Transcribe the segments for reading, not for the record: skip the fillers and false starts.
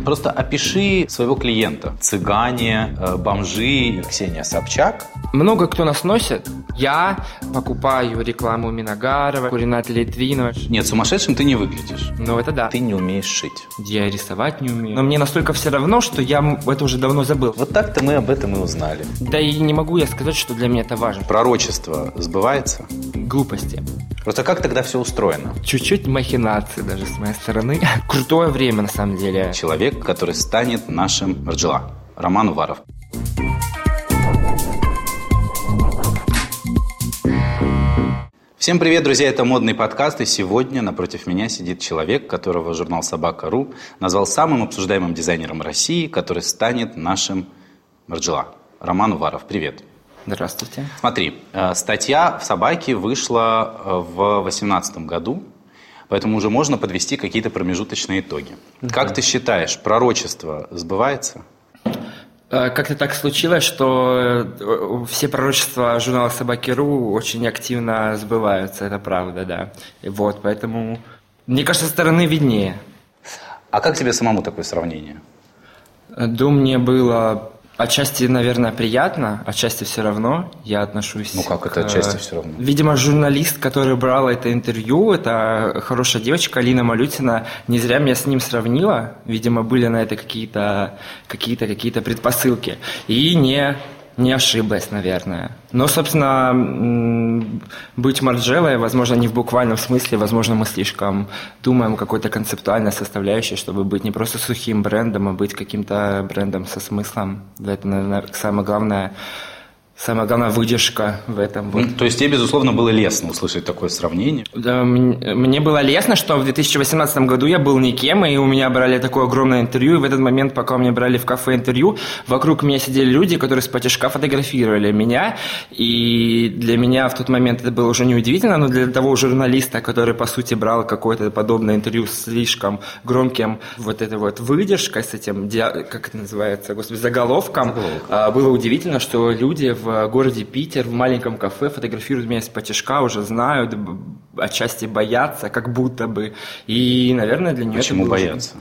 Просто опиши своего клиента. Цыгане, бомжи. Ксения Собчак. Много кто нас носит. Я покупаю рекламу Миногарова, Рената Литвинова. Нет, сумасшедшим ты не выглядишь. Ну, это да. Ты не умеешь шить. Я рисовать не умею. Но мне настолько все равно, что я это уже давно забыл. Вот так-то мы об этом и узнали. Да и не могу я сказать, что для меня это важно. Пророчество сбывается? Глупости. Просто как тогда все устроено? Чуть-чуть махинации даже с моей стороны. Крутое время, на самом деле. Человек, который станет нашим Марджела. Роман Уваров. Всем привет, друзья, это модный подкаст, и сегодня напротив меня сидит человек, которого журнал «Собака.ру» назвал самым обсуждаемым дизайнером России, который станет нашим Марджела. Роман Уваров, привет. Здравствуйте. Смотри, статья в «Собаке» вышла в 2018 году, поэтому уже можно подвести какие-то промежуточные итоги. Как ты считаешь, пророчество сбывается? Как-то так случилось, что все пророчества журнала «Собаки.ру» очень активно сбываются, это правда, да. Вот, поэтому, мне кажется, со стороны виднее. А как тебе самому такое сравнение? Думаю, мне было отчасти, наверное, приятно, отчасти все равно. Я отношусь... Ну как это отчасти все равно? Видимо, журналист, который брал это интервью, это хорошая девочка Алина Малютина. Не зря меня с ним сравнила. Видимо, были на это какие-то предпосылки. И не ошиблась, наверное. Но, собственно, быть Марджелой, возможно, не в буквальном смысле, возможно, мы слишком думаем о какой-то концептуальной составляющей, чтобы быть не просто сухим брендом, а быть каким-то брендом со смыслом. Это, наверное, самая главная выдержка в этом. Вот. То есть тебе, безусловно, было лестно услышать такое сравнение? Да, мне было лестно, что в 2018 году я был никем, и у меня брали такое огромное интервью, и в этот момент, пока у меня брали в кафе интервью, вокруг меня сидели люди, которые с-потешка фотографировали меня, и для меня в тот момент это было уже неудивительно, но для того журналиста, который, по сути, брал какое-то подобное интервью с слишком громким вот этой вот выдержкой, с этим, как это называется, господи, заголовком, было удивительно, что люди в городе Питер, в маленьком кафе фотографируют меня с-потешка, уже знают, отчасти боятся, как будто бы. И, наверное, для нее Почему это было боятся?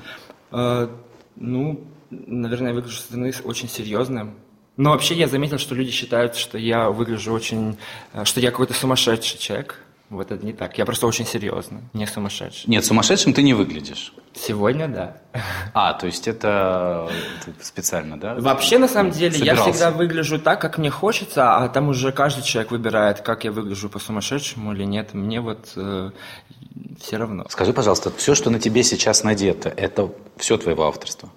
Наверное, я выгляжу со стороны очень серьезным. Но вообще я заметил, что люди считают, что я выгляжу очень... что я какой-то сумасшедший человек. Вот это не так. Я просто очень серьезный, не сумасшедший. Нет, сумасшедшим ты не выглядишь. Сегодня, да. То есть это специально, да? Вообще, на самом деле, собирался. Я всегда выгляжу так, как мне хочется, а там уже каждый человек выбирает, как я выгляжу по-сумасшедшему или нет. Мне вот все равно. Скажи, пожалуйста, все, что на тебе сейчас надето, это все твоего авторства?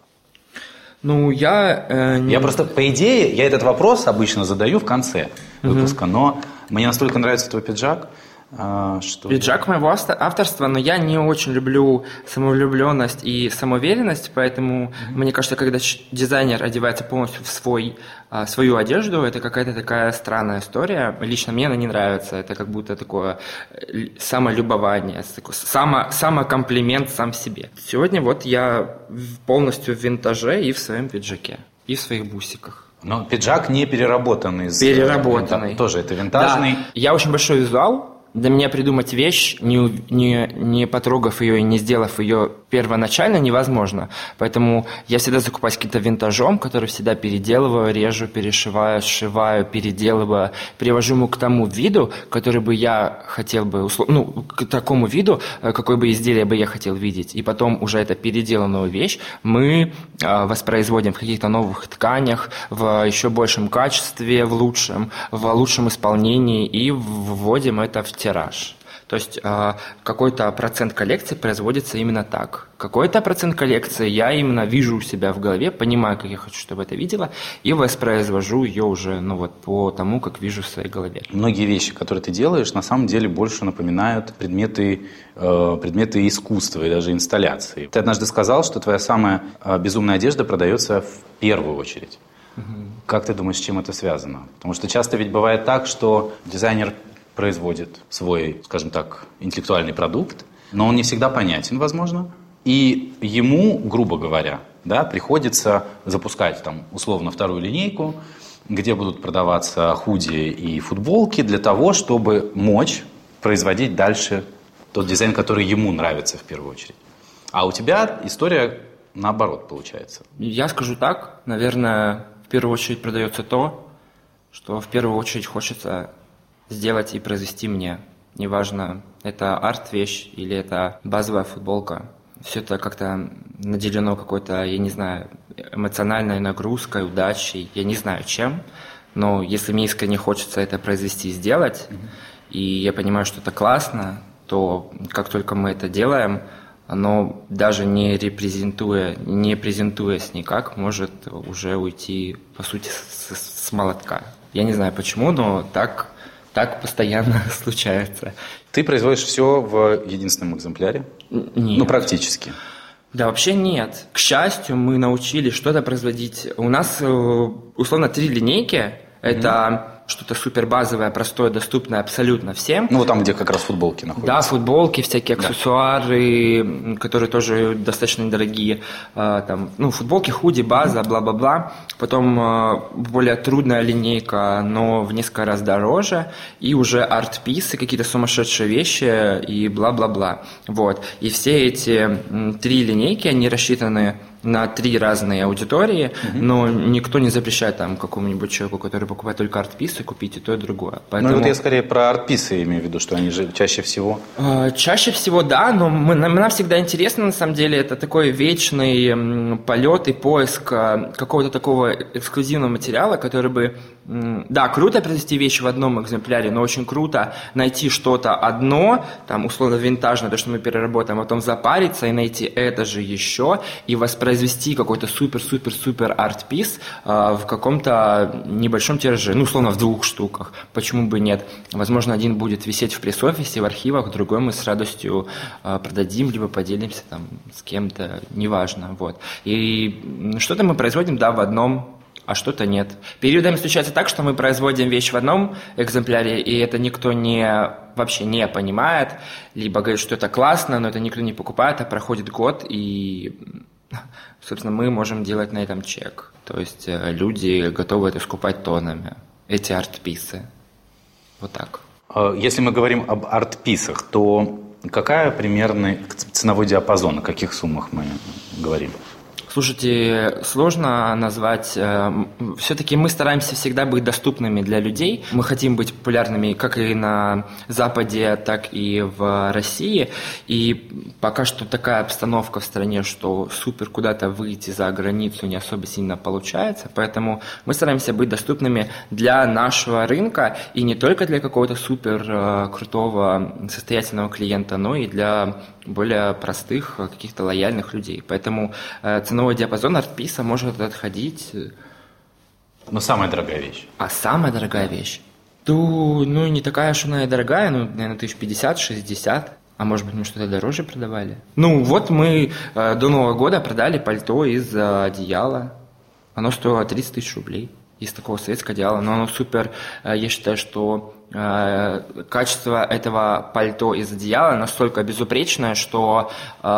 Я просто, по идее, я этот вопрос обычно задаю в конце выпуска, но мне настолько нравится твой пиджак, что... Пиджак моего авторства, но я не очень люблю самовлюбленность и самоуверенность, поэтому мне кажется, когда дизайнер одевается полностью в свою одежду, это какая-то такая странная история. Лично мне она не нравится. Это как будто такое самолюбование, самокомплимент сам себе. Сегодня вот я полностью в винтаже и в своем пиджаке, и в своих бусиках. Но пиджак не переработанный. Переработанный. Тоже это винтажный. Да. Я очень большой визуал. Для меня придумать вещь, не потрогав ее и не сделав ее первоначально, невозможно. Поэтому я всегда закупаюсь каким-то винтажом, который всегда переделываю, режу, перешиваю, сшиваю, переделываю, привожу ему к тому виду, который бы я хотел бы, к такому виду, какое бы изделие бы я хотел видеть. И потом уже эту переделанную вещь мы воспроизводим в каких-то новых тканях, в еще большем качестве, в лучшем исполнении и вводим это в тираж. То есть какой-то процент коллекции производится именно так. Какой-то процент коллекции я именно вижу у себя в голове, понимаю, как я хочу, чтобы это видела, и воспроизвожу ее уже по тому, как вижу в своей голове. Многие вещи, которые ты делаешь, на самом деле больше напоминают предметы искусства и даже инсталляции. Ты однажды сказал, что твоя самая безумная одежда продается в первую очередь. Как ты думаешь, с чем это связано? Потому что часто ведь бывает так, что дизайнер производит свой, скажем так, интеллектуальный продукт, но он не всегда понятен, возможно, и ему, грубо говоря, приходится запускать условно вторую линейку, где будут продаваться худи и футболки для того, чтобы мочь производить дальше тот дизайн, который ему нравится в первую очередь. А у тебя история наоборот получается. Я скажу так, наверное, в первую очередь продается то, что в первую очередь хочется сделать и произвести мне. Неважно, это арт-вещь или это базовая футболка. Все это как-то наделено какой-то, я не знаю, эмоциональной нагрузкой, удачей, я не знаю чем, но если мне искренне хочется это произвести и сделать, и я понимаю, что это классно, то как только мы это делаем, оно даже не презентуясь никак, может уже уйти, по сути, с молотка. Я не знаю почему, но так постоянно случается. Ты производишь все в единственном экземпляре? Нет. Ну, практически. Да, вообще нет. К счастью, мы научились что-то производить. У нас, условно, 3 линейки. Это что-то супер базовое, простое, доступное абсолютно всем. Ну, вот там, где как раз футболки находятся. Да, футболки, всякие аксессуары, которые тоже достаточно недорогие. Там, футболки, худи, база, бла-бла-бла. Потом более трудная линейка, но в несколько раз дороже. И уже арт-писы, какие-то сумасшедшие вещи и бла-бла-бла. Вот. И все эти 3 линейки, они рассчитаны на 3 разные аудитории, но никто не запрещает там какому-нибудь человеку, который покупает только арт-писы, купить и то, и другое. Поэтому... Ну, вот я скорее про арт-писы имею в виду, что они же чаще всего... Чаще всего, да, но нам всегда интересно, на самом деле, это такой вечный полет и поиск какого-то такого эксклюзивного материала, который бы... Да, круто произвести вещи в одном экземпляре, но очень круто найти что-то одно, там, условно, винтажное, то, что мы переработаем, а потом запариться и найти это же еще, и воспроизвести какой-то супер-супер-супер арт-пис в каком-то небольшом тираже, условно, в 2 штуках. Почему бы нет? Возможно, один будет висеть в пресс-офисе, в архивах, другой мы с радостью продадим, либо поделимся там с кем-то, неважно, вот. И что-то мы производим, да, в одном, а что-то нет. Периодами случается так, что мы производим вещь в одном экземпляре, и это никто вообще не понимает, либо говорит, что это классно, но это никто не покупает, а проходит год, и, собственно, мы можем делать на этом чек. То есть люди готовы это скупать тоннами, эти арт-писы. Вот так. Если мы говорим об арт-писах, то какая примерный ценовой диапазон, о каких суммах мы говорим? Слушайте, сложно назвать. Все-таки мы стараемся всегда быть доступными для людей. Мы хотим быть популярными как и на Западе, так и в России. И пока что такая обстановка в стране, что супер куда-то выйти за границу не особо сильно получается. Поэтому мы стараемся быть доступными для нашего рынка. И не только для какого-то супер крутого состоятельного клиента, но и для более простых, каких-то лояльных людей. Поэтому ценовой диапазон арт-писа может отходить... Но самая дорогая вещь. А самая дорогая вещь? Не такая уж она и дорогая, наверное, 1050-60. А может быть, мы что-то дороже продавали? Вот мы до Нового года продали пальто из одеяла. Оно стоило 30 тысяч рублей. Из такого советского одеяла. Но оно супер, я считаю, что... качество этого пальто из одеяла настолько безупречное, что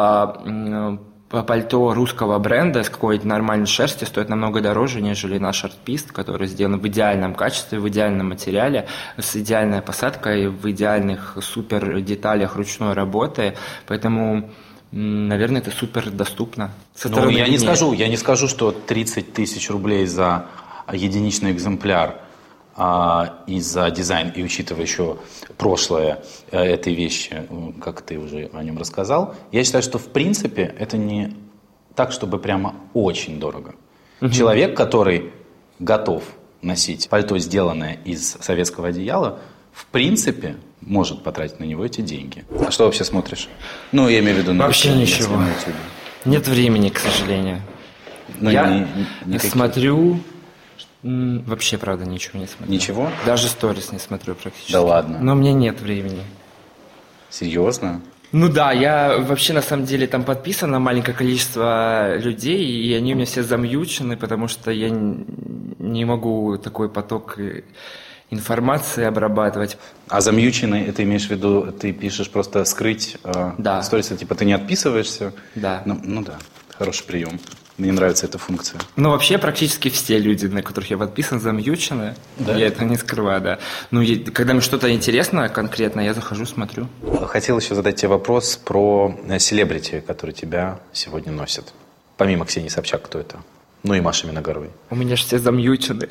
пальто русского бренда с какой-то нормальной шерсти стоит намного дороже, нежели наш арт-пис, который сделан в идеальном качестве, в идеальном материале, с идеальной посадкой, в идеальных супер деталях ручной работы. Поэтому, наверное, это супер доступно. Я не скажу, что 30 тысяч рублей за единичный экземпляр и за дизайн, и учитывая еще прошлое этой вещи, как ты уже о нем рассказал, я считаю, что в принципе это не так, чтобы прямо очень дорого. Человек, который готов носить пальто, сделанное из советского одеяла, в принципе может потратить на него эти деньги. А что вообще смотришь? Я имею в виду на вообще ничего. Нет времени, к сожалению. Я смотрю... Вообще, правда, ничего не смотрю. Ничего? Даже сторис не смотрю практически. Да ладно? Но мне нет времени. Серьезно? Да, я вообще на самом деле там подписан на маленькое количество людей, и они у меня все замьючены, потому что я не могу такой поток информации обрабатывать. А замьюченный, это имеешь в виду, ты пишешь просто скрыть сторисы, типа ты не отписываешься? Да. Да, хороший прием. Мне нравится эта функция. Вообще практически все люди, на которых я подписан, замьючены. Да? Я это не скрываю, да. Когда мне что-то интересно конкретно, я захожу, смотрю. Хотел еще задать тебе вопрос про селебрити, которые тебя сегодня носят. Помимо Ксении Собчак, кто это? Ну и Маши Миногаровой. У меня же все замьючены.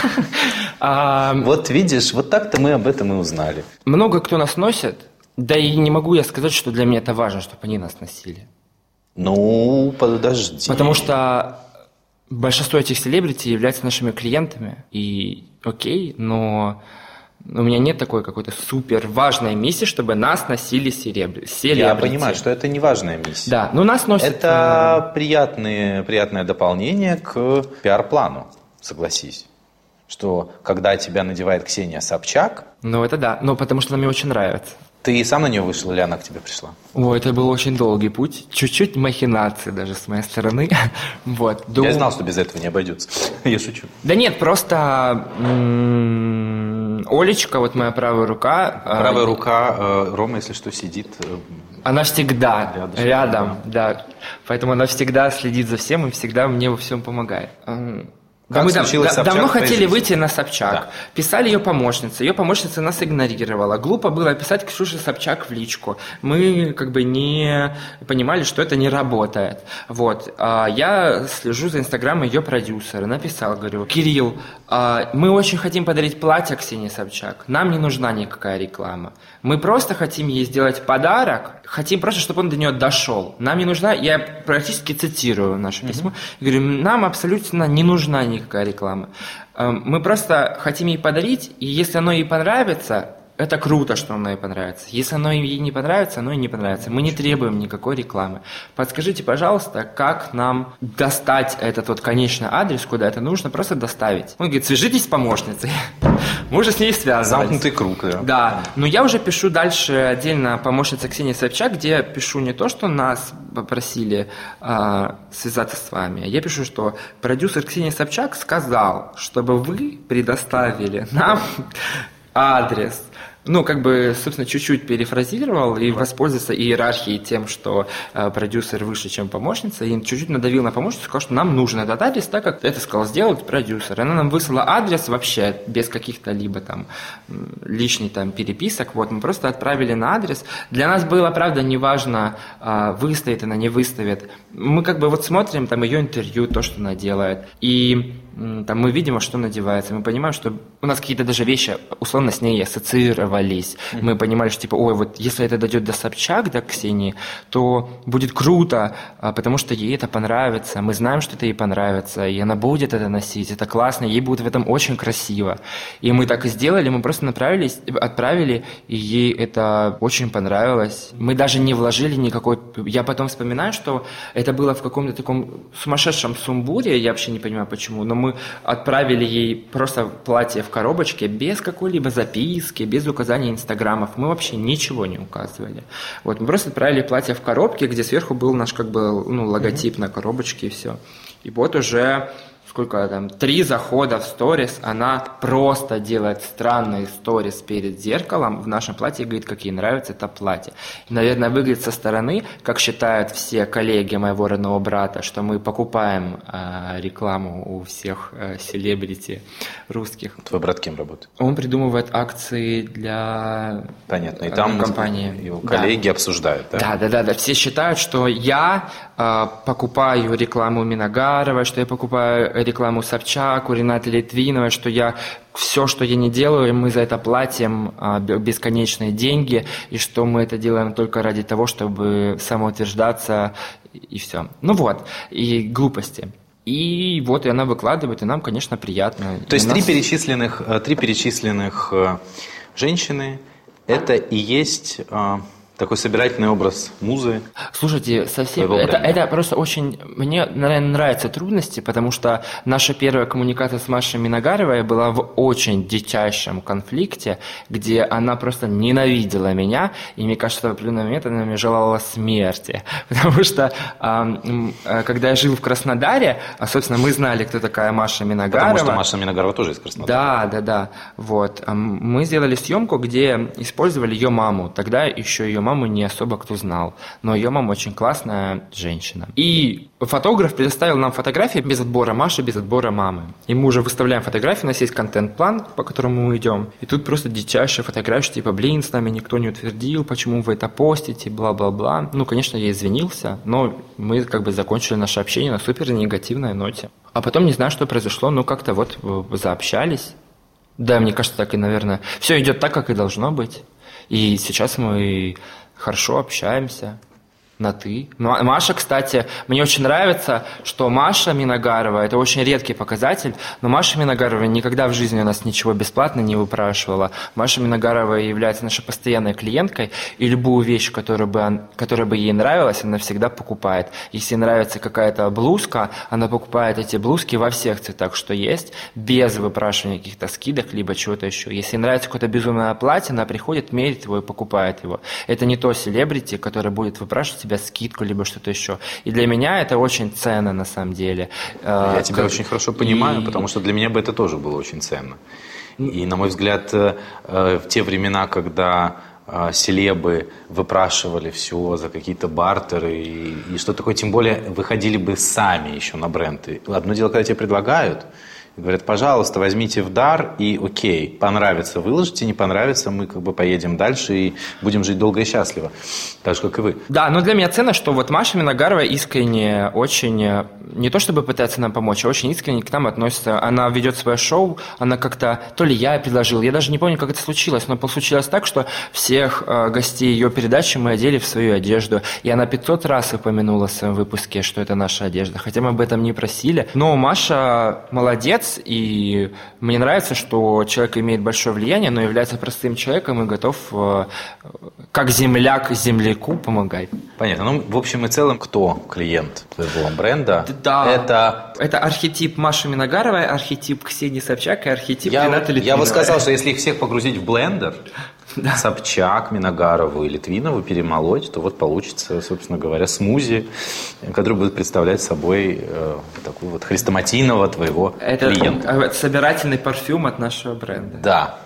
Вот видишь, вот так-то мы об этом и узнали. Много кто нас носит, да и не могу я сказать, что для меня это важно, чтобы они нас носили. Ну, подожди. Потому что большинство этих селебрити являются нашими клиентами, и окей, но у меня нет такой какой-то супер важной миссии, чтобы нас носили селебрити. Я понимаю, что это не важная миссия. Да, но нас носят... Это приятное дополнение к пиар-плану, согласись. Что когда тебя надевает Ксения Собчак... Ну, это да, но потому что она мне очень нравится. Ты сам на нее вышел или она к тебе пришла? О, это был очень долгий путь, чуть-чуть махинации даже с моей стороны. Вот. Я знал, что без этого не обойдется. Я шучу. Да нет, просто Олечка, вот моя правая рука... Правая рука Рома, если что, сидит... Она всегда рядом, да. Поэтому она всегда следит за всем и всегда мне во всем помогает. Да, мы давно хотели выйти на Собчак. Да. Писали ее помощнице. Ее помощница нас игнорировала. Глупо было писать Ксюше Собчак в личку. Мы как бы не понимали, что это не работает. Вот. Я слежу за инстаграмом ее продюсера. Написал, говорю: Кирилл, мы очень хотим подарить платье Ксении Собчак. Нам не нужна никакая реклама. Мы просто хотим ей сделать подарок. Хотим просто, чтобы он до нее дошел. Нам не нужна, я практически цитирую наше письмо. Говорю, нам абсолютно не нужна никакая реклама. Мы просто хотим ей подарить, и если оно ей понравится, это круто, что оно ей понравится. Если оно ей не понравится, оно ей не понравится. Мы не требуем никакой рекламы. Подскажите, пожалуйста, как нам достать этот вот конечный адрес, куда это нужно, просто доставить. Он говорит, свяжитесь с помощницей. Мы уже с ней связывались. Замкнутый круг, да. Да, но я уже пишу дальше отдельно помощнице Ксении Собчак, где я пишу не то, что нас попросили связаться с вами, я пишу, что продюсер Ксении Собчак сказал, чтобы вы предоставили нам адрес. Ну, как бы, собственно, чуть-чуть перефразировал и воспользовался иерархией тем, что продюсер выше, чем помощница, и чуть-чуть надавил на помощницу, сказал, что нам нужен этот адрес, так как это сказал сделать продюсер. Она нам выслала адрес вообще без каких-то либо там лишних там переписок. Вот, мы просто отправили на адрес. Для нас было, правда, неважно, выставит она, не выставит. Мы как бы вот смотрим там ее интервью, то, что она делает, и там мы видим, что надевается, мы понимаем, что у нас какие-то даже вещи условно с ней ассоциировались. Мы понимали, что типа, ой, вот если это дойдет до Собчак, до Ксении, то будет круто, потому что ей это понравится. Мы знаем, что это ей понравится, и она будет это носить, это классно, ей будет в этом очень красиво. И мы так и сделали, мы просто отправили, и ей это очень понравилось. Мы даже не вложили никакой... Я потом вспоминаю, что это было в каком-то таком сумасшедшем сумбуре, я вообще не понимаю почему, но мы отправили ей просто платье в коробочке без какой-либо записки, без указания инстаграмов. Мы вообще ничего не указывали. Вот, мы просто отправили платье в коробке, где сверху был наш как бы логотип на коробочке и все. И вот уже... сколько там, 3 захода в сторис, она просто делает странные сторис перед зеркалом в нашем платье и говорит, как ей нравится это платье. И, наверное, выглядит со стороны, как считают все коллеги моего родного брата, что мы покупаем рекламу у всех селебрити русских. Твой брат кем работает? Он придумывает акции для Понятно. И там компании. Его коллеги обсуждают, да? Да. Все считают, что я покупаю рекламу Миногаровой, что я покупаю рекламу Собчак, у Ренаты Литвиновой, что все, что я не делаю, мы за это платим бесконечные деньги, и что мы это делаем только ради того, чтобы самоутверждаться, и все. Ну вот, и глупости. И вот и она выкладывает, и нам, конечно, приятно. То есть 3 перечисленных женщины – это и есть... такой собирательный образ музы. Слушайте, совсем это просто очень... Мне, наверное, нравятся трудности, потому что наша первая коммуникация с Машей Миногаровой была в очень дичайшем конфликте, где она просто ненавидела меня, и мне кажется, в определенный момент она мне желала смерти. Потому что, когда я жил в Краснодаре, собственно, мы знали, кто такая Маша Миногарова. Потому что Маша Миногарова тоже из Краснодара. Да. Вот. Мы сделали съемку, где использовали ее маму. Тогда еще ее маму не особо кто знал. Но ее мама очень классная женщина. И фотограф предоставил нам фотографии без отбора Маши, без отбора мамы. И мы уже выставляем фотографии, у нас есть контент-план, по которому мы идем. И тут просто дичайшая фотография, типа, блин, с нами никто не утвердил, почему вы это постите, бла-бла-бла. Ну, конечно, я извинился, но мы как бы закончили наше общение на супер негативной ноте. А потом не знаю, что произошло, но как-то вот заобщались. Да, мне кажется, так и, наверное, все идет так, как и должно быть. И сейчас мы хорошо общаемся. На «ты». Маша, кстати, мне очень нравится, что Маша Миногарова, это очень редкий показатель, но Маша Миногарова никогда в жизни у нас ничего бесплатно не выпрашивала. Маша Миногарова является нашей постоянной клиенткой, и любую вещь, которая бы ей нравилась, она всегда покупает. Если нравится какая-то блузка, она покупает эти блузки во всех цветах, что есть, без выпрашивания каких-то скидок, либо чего-то еще. Если нравится какое-то безумное платье, она приходит, мерит его и покупает его. Это не то селебрити, которое будет выпрашивать тебя скидку, либо что-то еще. И для меня это очень ценно, на самом деле. Я тебя очень хорошо понимаю, потому что для меня бы это тоже было очень ценно. И, на мой взгляд, в те времена, когда селебы выпрашивали все за какие-то бартеры и что такое, тем более выходили бы сами еще на бренды. Одно дело, когда тебе предлагают, говорят, пожалуйста, возьмите в дар и окей, понравится, выложите, не понравится, мы как бы поедем дальше и будем жить долго и счастливо, так же, как и вы. Да, но для меня ценно, что вот Маша Миногарова искренне очень, не то чтобы пытается нам помочь, а очень искренне к нам относится. Она ведет свое шоу, она как-то, то ли я предложил, я даже не помню, как это случилось, но случилось так, что всех гостей ее передачи мы одели в свою одежду, и она 500 раз упомянула в своем выпуске, что это наша одежда, хотя мы об этом не просили. Но Маша молодец, и мне нравится, что человек имеет большое влияние, но является простым человеком и готов, как земляк земляку, помогать. Понятно. Ну, в общем и целом, кто клиент твоего бренда? Да. Это архетип Маши Миногаровой, архетип Ксении Собчак и архетип Ренаты Литвиновой. Я бы сказал, что если их всех погрузить в блендер, да. Собчак, Миногарову и Литвинову перемолоть, то вот получится, собственно говоря, смузи, который будет представлять собой такую вот хрестоматийного твоего клиента. Это собирательный парфюм от нашего бренда. Да.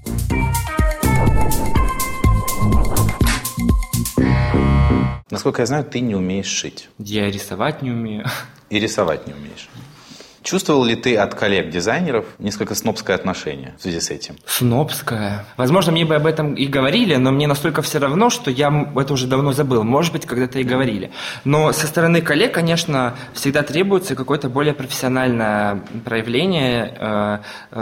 Насколько я знаю, ты не умеешь шить. Я рисовать не умею. И рисовать не умеешь. Чувствовал ли ты от коллег-дизайнеров несколько снобское отношение в связи с этим? Снобское? Возможно, мне бы об этом и говорили, но мне настолько все равно, что я это уже давно забыл. Может быть, когда-то и говорили. Но со стороны коллег, конечно, всегда требуется какое-то более профессиональное проявление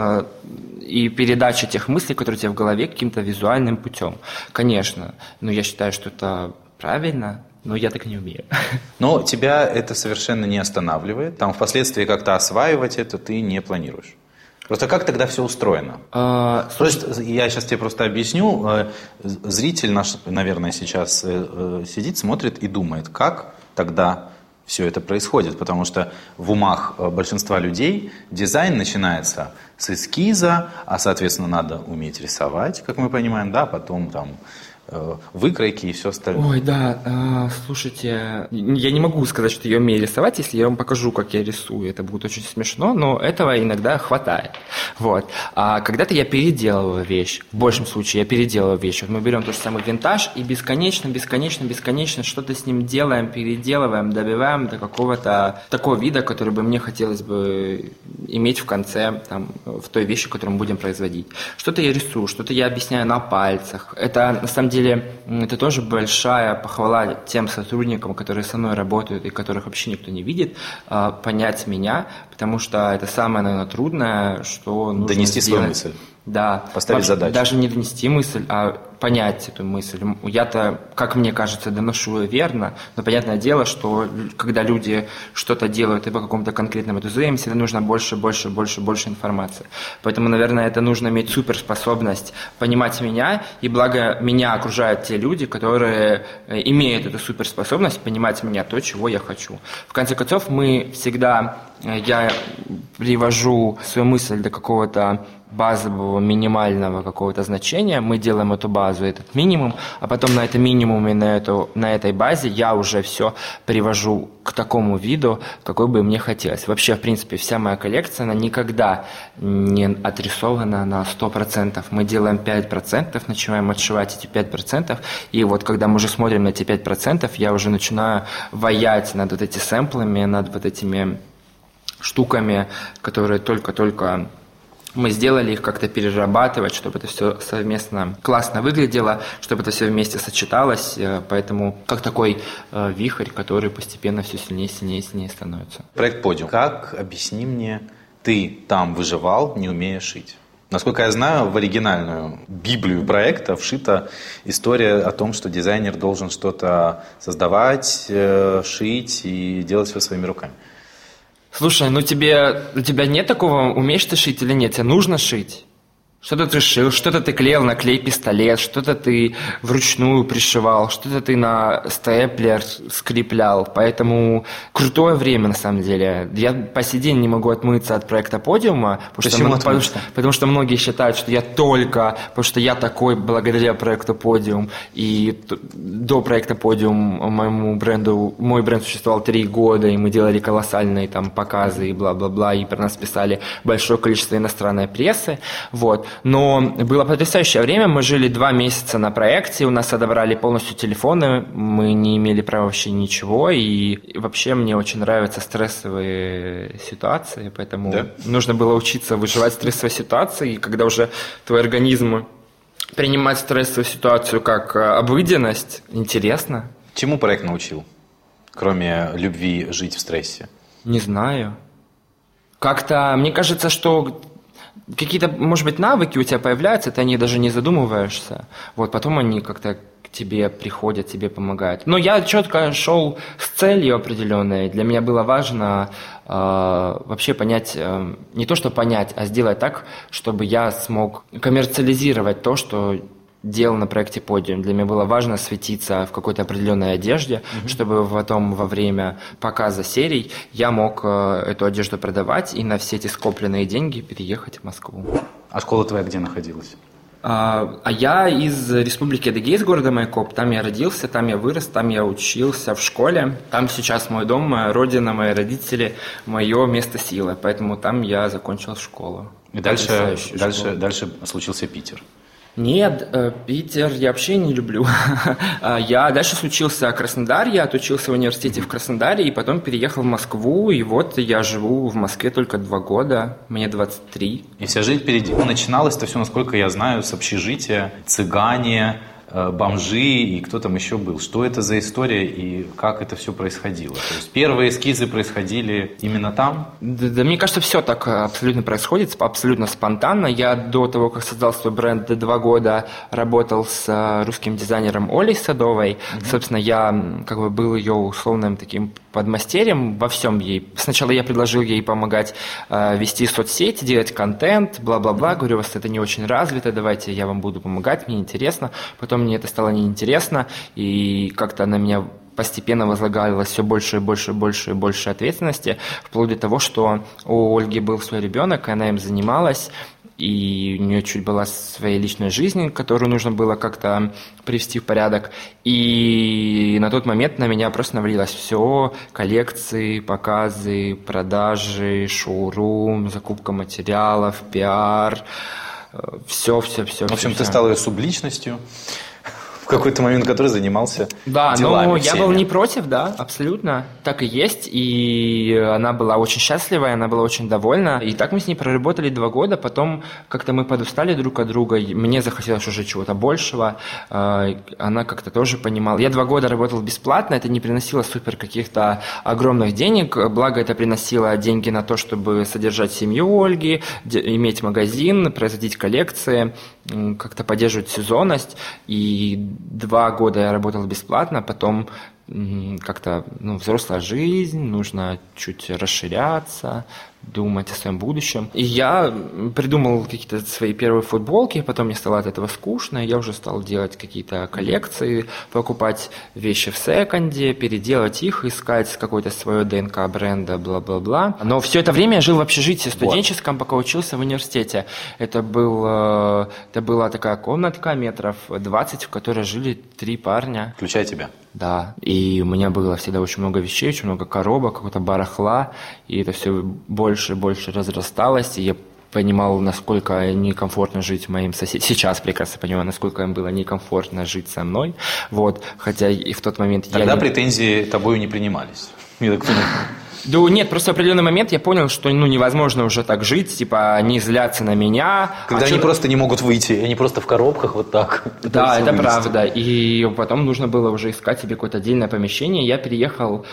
и передача тех мыслей, которые у тебя в голове, каким-то визуальным путем. Конечно. Но я считаю, что это правильно. Но я так не умею. Но тебя это совершенно не останавливает. Там впоследствии как-то осваивать это ты не планируешь. Просто как тогда все устроено? То есть я сейчас тебе просто объясню. Зритель наш, наверное, сейчас сидит, смотрит и думает, как тогда все это происходит. Потому что в умах большинства людей дизайн начинается с эскиза, а, соответственно, надо уметь рисовать, как мы понимаем, да, потом там выкройки и все остальное. Ой, да, слушайте, я не могу сказать, что я умею рисовать, если я вам покажу, как я рисую, это будет очень смешно, но этого иногда хватает. Вот. А когда-то я переделываю вещь, в большем случае я переделываю вещь. Вот мы берем тот же самый винтаж и бесконечно что-то с ним делаем, переделываем, добиваем до какого-то такого вида, который бы мне хотелось бы иметь в конце, там, в той вещи, которую мы будем производить. Что-то я рисую, что-то я объясняю на пальцах. Это, на самом деле, это тоже большая похвала тем сотрудникам, которые со мной работают и которых вообще никто не видит, понять меня, потому что это самое, наверное, трудное, что нужно донести сделать. свою мысль. Да. Поставить задачу. Даже не донести мысль, а понять эту мысль. Я-то, как мне кажется, доношу ее верно, но понятное дело, что когда люди что-то делают и по какому-то конкретному ТЗ, им всегда нужно больше информации. Поэтому, наверное, это нужно иметь суперспособность понимать меня, и благо меня окружают те люди, которые имеют эту суперспособность понимать меня, то, чего я хочу. В конце концов, я привожу свою мысль до какого-то базового минимального какого-то значения, мы делаем эту базу, этот минимум, а потом на этом минимуме, на этой базе я уже все привожу к такому виду, какой бы мне хотелось. Вообще, в принципе, вся моя коллекция, она никогда не отрисована на 100%. Мы делаем 5%, начинаем отшивать эти 5%, и вот когда мы уже смотрим на эти 5%, я уже начинаю ваять над вот этими сэмплами, над вот этими штуками, которые только-только мы сделали, их как-то перерабатывать, чтобы это все совместно классно выглядело, чтобы это все вместе сочеталось, поэтому как такой вихрь, который постепенно все сильнее, сильнее, сильнее становится. Проект «Подиум». Как, объясни мне, ты там выживал, не умея шить? Насколько я знаю, в оригинальную библию проекта вшита история о том, что дизайнер должен что-то создавать, шить и делать все своими руками. Слушай, у тебя нет такого, умеешь ты шить или нет? Тебе нужно шить? Что-то ты шил, что-то ты клеил на клей-пистолет, что-то ты вручную пришивал, что-то ты на степлер скреплял. Поэтому крутое время, на самом деле. Я по сей день не могу отмыться от проекта «Подиума», потому что многие считают, что я потому что я такой благодаря проекту «Подиум». И до проекта «Подиум» мой бренд существовал 3 года, и мы делали колоссальные там показы и бла-бла-бла, и про нас писали большое количество иностранной прессы. Вот. Но было потрясающее время, мы жили 2 месяца на проекте, у нас отобрали полностью телефоны, мы не имели права вообще ничего, и вообще мне очень нравятся стрессовые ситуации, поэтому нужно было учиться выживать в стрессовой ситуации, и когда уже твой организм принимает стрессовую ситуацию как обыденность, интересно. Чему проект научил, кроме любви жить в стрессе? Не знаю. Как-то, мне кажется, что какие-то, может быть, навыки у тебя появляются, ты о них даже не задумываешься. Вот, потом они как-то к тебе приходят, тебе помогают. Но я четко шел с целью определенной. Для меня было важно вообще понять, не то, что понять, а сделать так, чтобы я смог коммерциализировать то, что делал на проекте «Подиум». Для меня было важно светиться в какой-то определенной одежде, чтобы потом во время показа серий я мог эту одежду продавать и на все эти скопленные деньги переехать в Москву. А школа твоя где находилась? А я из Республики Адыгея, из города Майкоп. Там я родился, там я вырос, там я учился в школе. Там сейчас мой дом, моя родина, мои родители, мое место силы. Поэтому там я закончил школу. И дальше случился Питер. Нет, Питер я вообще не люблю. Я дальше случился в Краснодаре, я отучился в университете в Краснодаре и потом переехал в Москву, и вот я живу в Москве только 2 года, мне 23. И вся жизнь впереди. Начиналось-то все, насколько я знаю, с общежития, цыгане, бомжи и кто там еще был. Что это за история и как это все происходило? То есть первые эскизы происходили именно там? Да, мне кажется, все так абсолютно происходит, абсолютно спонтанно. Я до того, как создал свой бренд, 2 года работал с русским дизайнером Олей Садовой. Собственно, я был ее условным таким подмастерьем во всем ей. Сначала я предложил ей помогать вести соцсети, делать контент, бла-бла-бла. Говорю, у вас это не очень развито, давайте я вам буду помогать, мне интересно. Потом мне это стало неинтересно, и как-то на меня постепенно возлагалось все больше и больше и больше и больше ответственности, вплоть до того, что у Ольги был свой ребенок, и она им занималась, и у нее чуть была своя личная жизнь, которую нужно было как-то привести в порядок. И на тот момент на меня просто навалилось все: коллекции, показы, продажи, шоурум, закупка материалов, пиар, все. В общем, ты стал ее субличностью в какой-то момент, который занимался делами. Да, я был не против, да, абсолютно. Так и есть. И она была очень счастлива, она была очень довольна. И так мы с ней проработали 2 года. Потом как-то мы подустали друг от друга. Мне захотелось уже чего-то большего. Она как-то тоже понимала. Я 2 года работал бесплатно. Это не приносило супер каких-то огромных денег. Благо, это приносило деньги на то, чтобы содержать семью Ольги, иметь магазин, производить коллекции, как-то поддерживать сезонность. И 2 года я работал бесплатно, потом как-то взрослая жизнь, нужно чуть расширяться, думать о своем будущем. И я придумал какие-то свои первые футболки, потом мне стало от этого скучно, я уже стал делать какие-то коллекции, покупать вещи в секонде, переделать их, искать какое-то свое ДНК бренда, бла-бла-бла. Но все это время я жил в общежитии студенческом, пока учился в университете. Это была такая комнатка метров 20, в которой жили 3 парня. Включая тебя. Да, и у меня было всегда очень много вещей, очень много коробок, какого-то барахла, и это все больше и больше разрасталось, и я понимал, насколько некомфортно жить моим соседям. Сейчас прекрасно понимаю, насколько им было некомфортно жить со мной, вот, хотя и в тот момент Тогда претензии тобою не принимались. Да нет, просто в определенный момент я понял, что невозможно уже так жить, типа они злятся на меня. Когда они просто не могут выйти, они просто в коробках вот так. Да, это правда. И потом нужно было уже искать себе какое-то отдельное помещение. Я переехал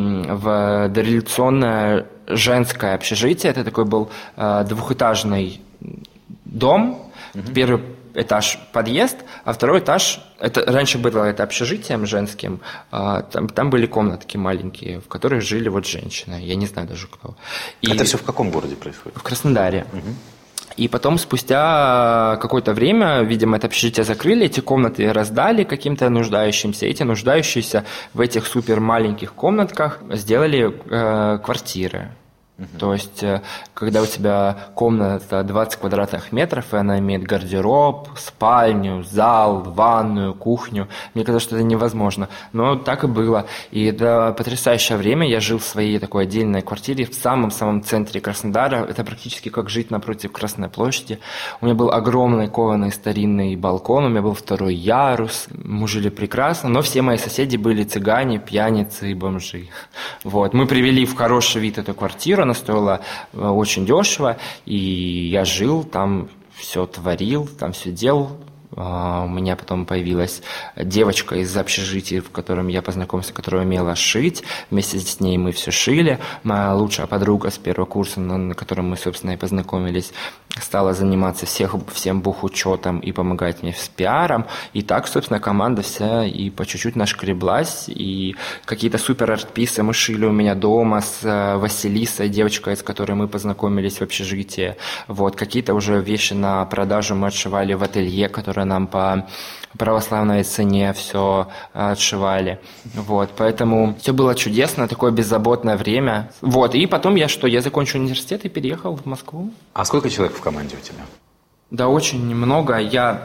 в дореволюционное женское общежитие. Это такой был двухэтажный дом. Первый этаж подъезд, а второй этаж, раньше было это общежитием женским, там были комнатки маленькие, в которых жили вот женщины, я не знаю даже кто. Это все в каком городе происходит? В Краснодаре. И потом, спустя какое-то время, видимо, это общежитие закрыли, эти комнаты раздали каким-то нуждающимся. Эти нуждающиеся в этих супер маленьких комнатках сделали квартиры. То есть, когда у тебя комната 20 квадратных метров, и она имеет гардероб, спальню, зал, ванную, кухню, мне казалось, что это невозможно. Но так и было. И это потрясающее время. Я жил в своей такой отдельной квартире в самом-самом центре Краснодара. Это практически как жить напротив Красной площади. У меня был огромный кованый старинный балкон, у меня был 2-й ярус. Мы жили прекрасно, но все мои соседи были цыгане, пьяницы и бомжи. Вот. Мы привели в хороший вид эту квартиру. Она стоила очень дешево, и я жил там, все творил, там все делал. У меня потом появилась девочка из общежития, в котором я познакомился, которая умела шить. Вместе с ней мы все шили. Моя лучшая подруга с первого курса, на котором мы, собственно, и познакомились, стала заниматься всем бухучетом и помогать мне с пиаром. И так, собственно, команда вся и по чуть-чуть нашкреблась. И какие-то супер арт-писы мы шили у меня дома с Василисой, девочкой, с которой мы познакомились в общежитии. Вот. Какие-то уже вещи на продажу мы отшивали в ателье, которое нам по православной цене все отшивали. Вот. Поэтому все было чудесно, такое беззаботное время. Вот. И потом я закончил университет и переехал в Москву. А сколько человек в команде у тебя? Да, очень много.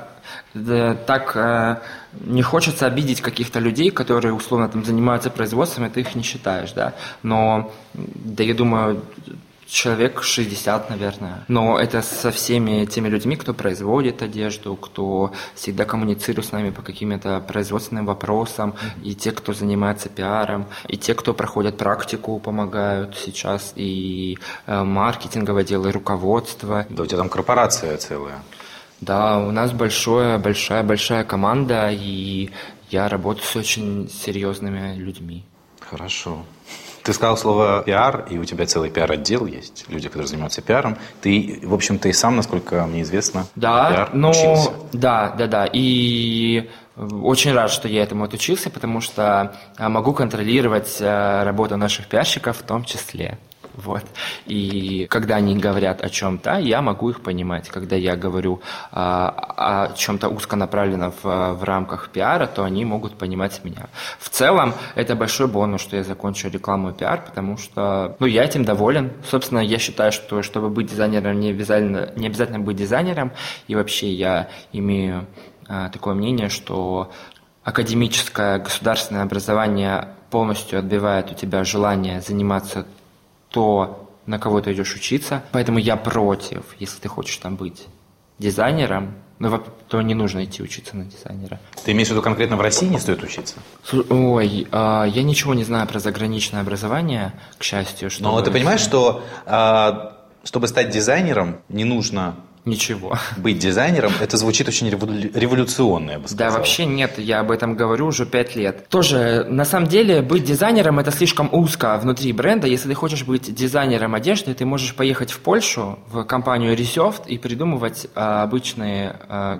Не хочется обидеть каких-то людей, которые условно там занимаются производством, и ты их не считаешь, да. Но, я думаю, человек 60, наверное. Но это со всеми теми людьми, кто производит одежду, кто всегда коммуницирует с нами по каким-то производственным вопросам, и те, кто занимается пиаром, и те, кто проходят практику, помогают сейчас, и маркетинговое дело, и руководство. Да у тебя там корпорация целая. Да, у нас большая команда, и я работаю с очень серьезными людьми. Хорошо. Ты сказал слово «пиар», и у тебя целый пиар-отдел есть, люди, которые занимаются пиаром. Ты, в общем-то, и сам, насколько мне известно, пиар учился. Да. И очень рад, что я этому отучился, потому что могу контролировать работу наших пиарщиков в том числе. Вот. И когда они говорят о чем-то, я могу их понимать. Когда я говорю о чем-то узконаправленном в рамках пиара, то они могут понимать меня. В целом, это большой бонус, что я закончил рекламу и пиар, потому что я этим доволен. Собственно, я считаю, что чтобы быть дизайнером, не обязательно быть дизайнером. И вообще я имею такое мнение, что академическое государственное образование полностью отбивает у тебя желание заниматься то, на кого ты идешь учиться. Поэтому я против, если ты хочешь там быть дизайнером, то не нужно идти учиться на дизайнера. Ты имеешь в виду конкретно в России не стоит учиться? Ой, я ничего не знаю про заграничное образование, к счастью. Но ты понимаешь, что чтобы стать дизайнером, не нужно ничего. Быть дизайнером, это звучит очень революционно, я бы сказал. Да, вообще нет, я об этом говорю уже 5 лет. Тоже, на самом деле, быть дизайнером – это слишком узко внутри бренда. Если ты хочешь быть дизайнером одежды, ты можешь поехать в Польшу, в компанию Resoft и придумывать обычные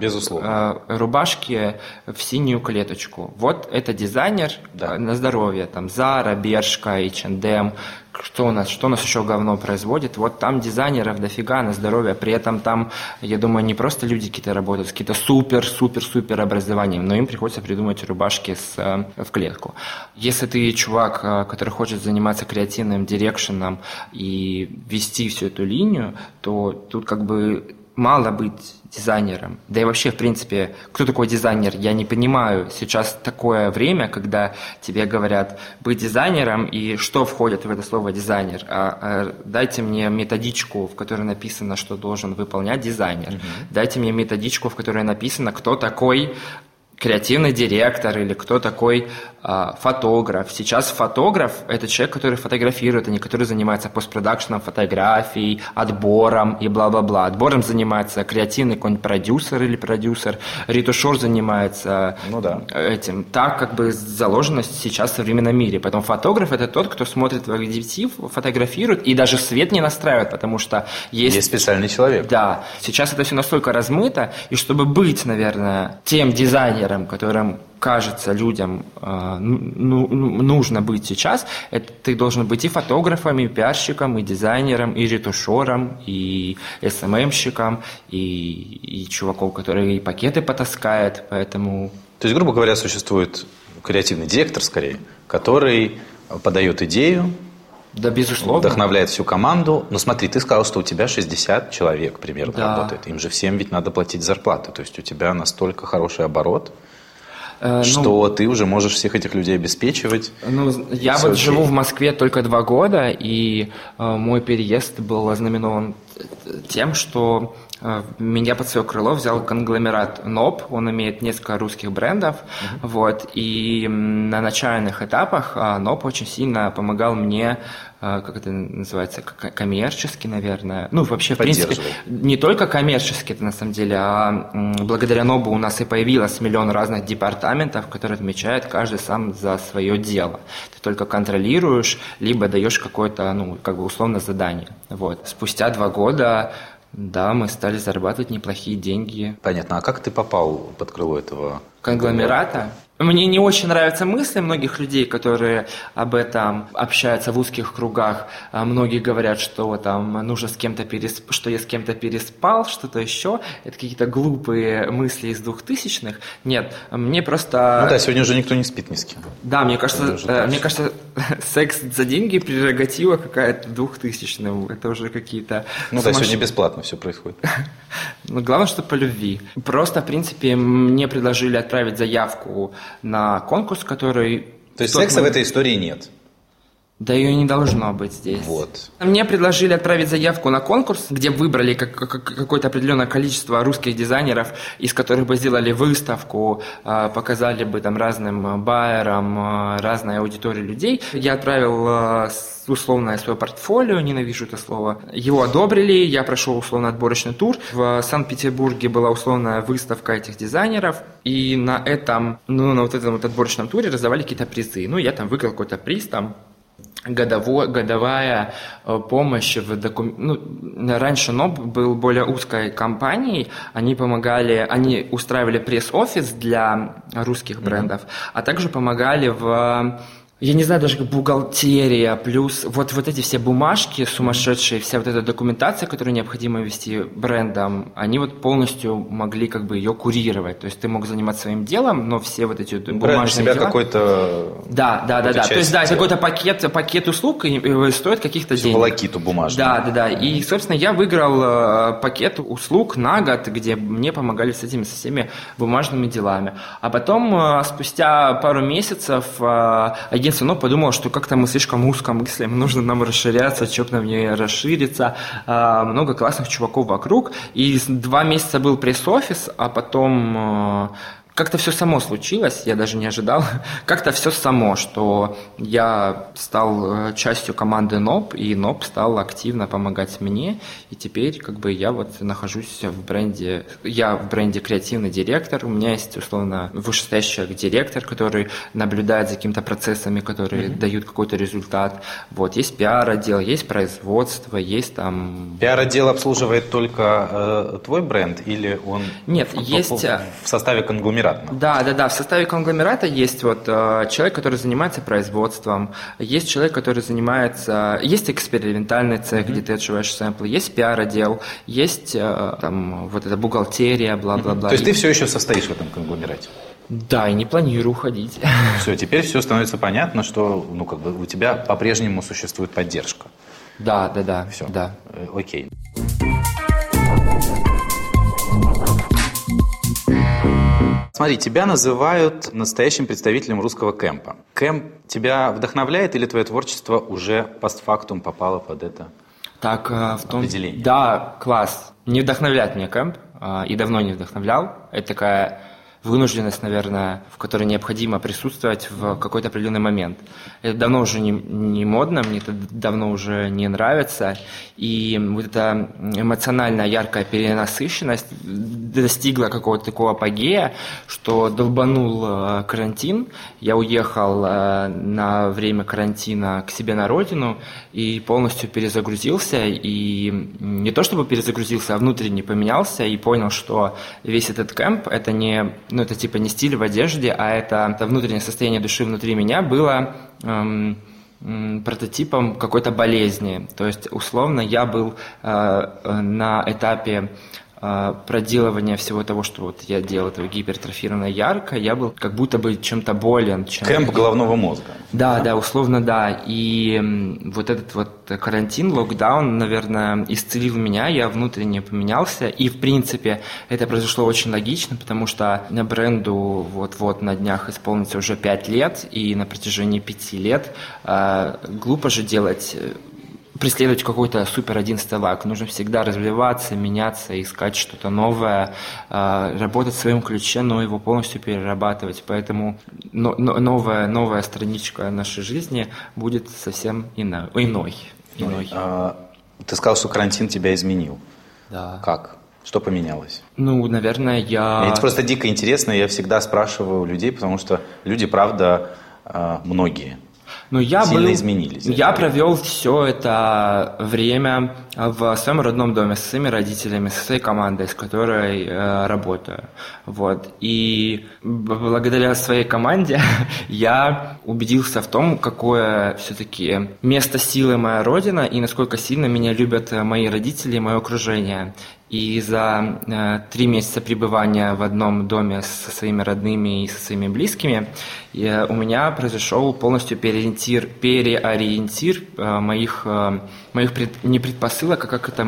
рубашки в синюю клеточку. Вот это дизайнер на здоровье. Там Zara, Bershka, H&M, Что у нас еще говно производит? Вот там дизайнеров дофига на здоровье, при этом там, я думаю, не просто люди какие-то работают с какие-то супер образованием, но им приходится придумать рубашки в клетку. Если ты чувак, который хочет заниматься креативным дирекшеном и вести всю эту линию, то тут как бы мало быть дизайнером. Да и вообще, в принципе, кто такой дизайнер? Я не понимаю. Сейчас такое время, когда тебе говорят быть дизайнером, и что входит в это слово дизайнер? Дайте мне методичку, в которой написано, что должен выполнять дизайнер. Дайте мне методичку, в которой написано, кто такой креативный директор или кто такой фотограф. Сейчас фотограф – это человек, который фотографирует, а не который занимается постпродакшеном фотографий, отбором и бла-бла-бла. Отбором занимается креативный какой-нибудь продюсер или продюсер, ретушер занимается этим. Так как бы заложено сейчас в современном мире. Поэтому фотограф – это тот, кто смотрит в объектив, фотографирует и даже свет не настраивает, потому что есть специальный человек. Да. Сейчас это все настолько размыто, и чтобы быть, наверное, тем дизайнером, которым кажется людям нужно быть сейчас, это ты должен быть и фотографом, и пиарщиком, и дизайнером, и ретушером, и СММщиком, и чуваком, который и пакеты потаскает, поэтому... То есть, грубо говоря, существует креативный директор, скорее, который подает идею, да, безусловно. Вдохновляет всю команду. Но смотри, ты сказал, что у тебя 60 человек примерно работает. Им же всем ведь надо платить зарплаты. То есть у тебя настолько хороший оборот, что ты уже можешь всех этих людей обеспечивать. Я вот живу в Москве только 2 года, и мой переезд был ознаменован тем, что меня под свое крыло взял конгломерат НОП, он имеет несколько русских брендов, и на начальных этапах НОП очень сильно помогал мне, как это называется, коммерчески, наверное, вообще, в принципе, не только коммерчески, это на самом деле, а благодаря НОБу у нас и появилось миллион разных департаментов, которые отмечают каждый сам за свое дело. Ты только контролируешь, либо даешь какое-то, условно задание. Спустя 2 года да, мы стали зарабатывать неплохие деньги. Понятно. А как ты попал под крыло этого конгломерата? Мне не очень нравятся мысли многих людей, которые об этом общаются в узких кругах. Многие говорят, что там нужно с кем-то что я с кем-то переспал, что-то еще. Это какие-то глупые мысли из 2000-х. Нет, мне просто... сегодня уже никто не спит ни с кем. Да, мне кажется, секс за деньги прерогатива какая-то 2000-м. Это уже какие-то... сегодня бесплатно все происходит. Главное, что по любви. Просто, в принципе, мне предложили отправить заявку на конкурс, который... То есть секса в этой истории нет? Да ее не должно быть здесь. Мне предложили отправить заявку на конкурс, где выбрали какое-то определенное количество русских дизайнеров, из которых бы сделали выставку, показали бы там разным байерам, разной аудитории людей. Я отправил условное свое портфолио, ненавижу это слово. Его одобрили, я прошел условно отборочный тур. В Санкт-Петербурге была условная выставка этих дизайнеров, и на этом отборочном туре раздавали какие-то призы. Я там выиграл какой-то приз, там годовая помощь в раньше НОБ был более узкой компанией, они устраивали пресс-офис для русских брендов, а также помогали я не знаю, даже бухгалтерия, плюс вот эти все бумажки сумасшедшие, вся вот эта документация, которую необходимо вести брендам, они полностью могли ее курировать. То есть ты мог заниматься своим делом, но все вот эти бумажные дела... какой-то... Да. То есть, это какой-то пакет услуг и стоит каких-то денег. Волокиту бумажную. Да. И, собственно, я выиграл пакет услуг на год, где мне помогали со всеми бумажными делами. А потом, спустя пару месяцев, агентство подумал, что как-то мы слишком узко мыслим, нужно нам расширяться, чтобы нам не расшириться. Много классных чуваков вокруг. И 2 месяца был пресс-офис, а потом... Как-то все само случилось, я даже не ожидал. Как-то все само, что я стал частью команды НОП, и НОП стал активно помогать мне. И теперь я нахожусь в бренде. Я в бренде креативный директор. У меня есть условно вышестоящий директор, который наблюдает за какими-то процессами, которые дают какой-то результат. Есть пиар-отдел, есть производство, есть там... Пиар-отдел обслуживает только твой бренд или он Нет, есть... в составе конгломерата конгломерат. Да. В составе конгломерата есть вот человек, который занимается производством, есть человек, который занимается... Есть экспериментальный цех, где ты отшиваешь сэмплы, есть пиар-отдел, есть там вот эта бухгалтерия, бла-бла-бла. То есть ты все еще состоишь в этом конгломерате? Да, и не планирую уходить. Все, теперь все становится понятно, что у тебя по-прежнему существует поддержка. Да. Все, да. Окей. Смотри, тебя называют настоящим представителем русского кэмпа. Кэмп тебя вдохновляет или твое творчество уже постфактум попало под это определение? Да, класс. Не вдохновляет меня кэмп, и давно не вдохновлял. Это такая вынужденность, наверное, в которой необходимо присутствовать в какой-то определенный момент. Это давно уже не модно, мне это давно уже не нравится. И вот эта эмоциональная яркая перенасыщенность достигла какого-то такого апогея, что долбанул карантин. Я уехал на время карантина к себе на родину и полностью перезагрузился. И не то чтобы перезагрузился, а внутренне поменялся и понял, что весь этот кэмп – это это типа не стиль в одежде, а это внутреннее состояние души внутри меня было прототипом какой-то болезни. То есть, условно, я был на этапе проделывания всего того, что вот я делал, этого гипертрофированно ярко, я был как будто бы чем-то болен. Кэмп головного мозга. Да, условно, да. И вот этот вот карантин, локдаун, наверное, исцелил меня, я внутренне поменялся. И, в принципе, это произошло очень логично, потому что бренду вот на днях исполнится уже 5 лет, и на протяжении 5 лет глупо же преследовать какой-то супер один стеллак. Нужно всегда развиваться, меняться, искать что-то новое, работать в своем ключе, но его полностью перерабатывать. Поэтому новая страничка нашей жизни будет совсем иной. Ты сказал, что карантин тебя изменил. Да. Как? Что поменялось? Наверное, Это просто дико интересно, я всегда спрашиваю у людей, потому что люди, правда, многие сильно изменились. Я провел все это время в своем родном доме со своими родителями, со своей командой, с которой работаю. И благодаря своей команде я убедился в том, какое все-таки место силы моя родина и насколько сильно меня любят мои родители и мое окружение. И за 3 месяца пребывания в одном доме со своими родными и со своими близкими у меня произошел полностью переориентир моих не предпосылок, а как это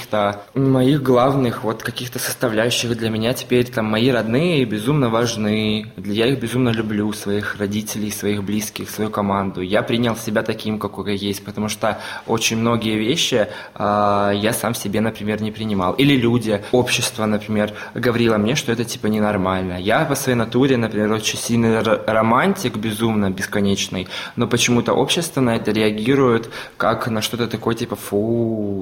моих главных каких-то составляющих для меня теперь мои родные безумно важны. Я их безумно люблю, своих родителей, своих близких, свою команду. Я принял себя таким, какой я есть, потому что очень многие вещи я сам себе, например, не принимал. Или люди, общество, например, говорило мне, что это типа ненормально. Я по своей натуре, например, очень сильный романтик, безумно бесконечный, но почему-то общество на это реагирует как на что-то такое, типа фу,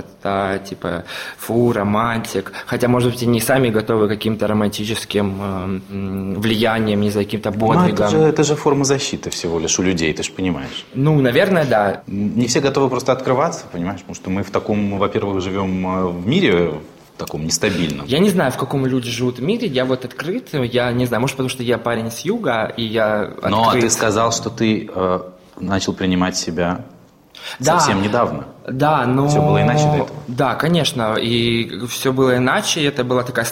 типа фу, романтик. Хотя, может быть, они сами готовы к каким-то романтическим влиянием, не знаю, каким-то подвигам. Это же форма защиты всего лишь у людей, ты же понимаешь. Наверное, да. Не все готовы просто открываться, понимаешь, потому что мы в таком, во-первых, живем в мире таком нестабильном. Я не знаю, в каком люди живут в мире, я открыт, я не знаю, может, потому что я парень с юга, и я открыт. Но ты сказал, что ты начал принимать себя совсем недавно. Да, но... Все было иначе до этого? Да, конечно, и все было иначе, это была такая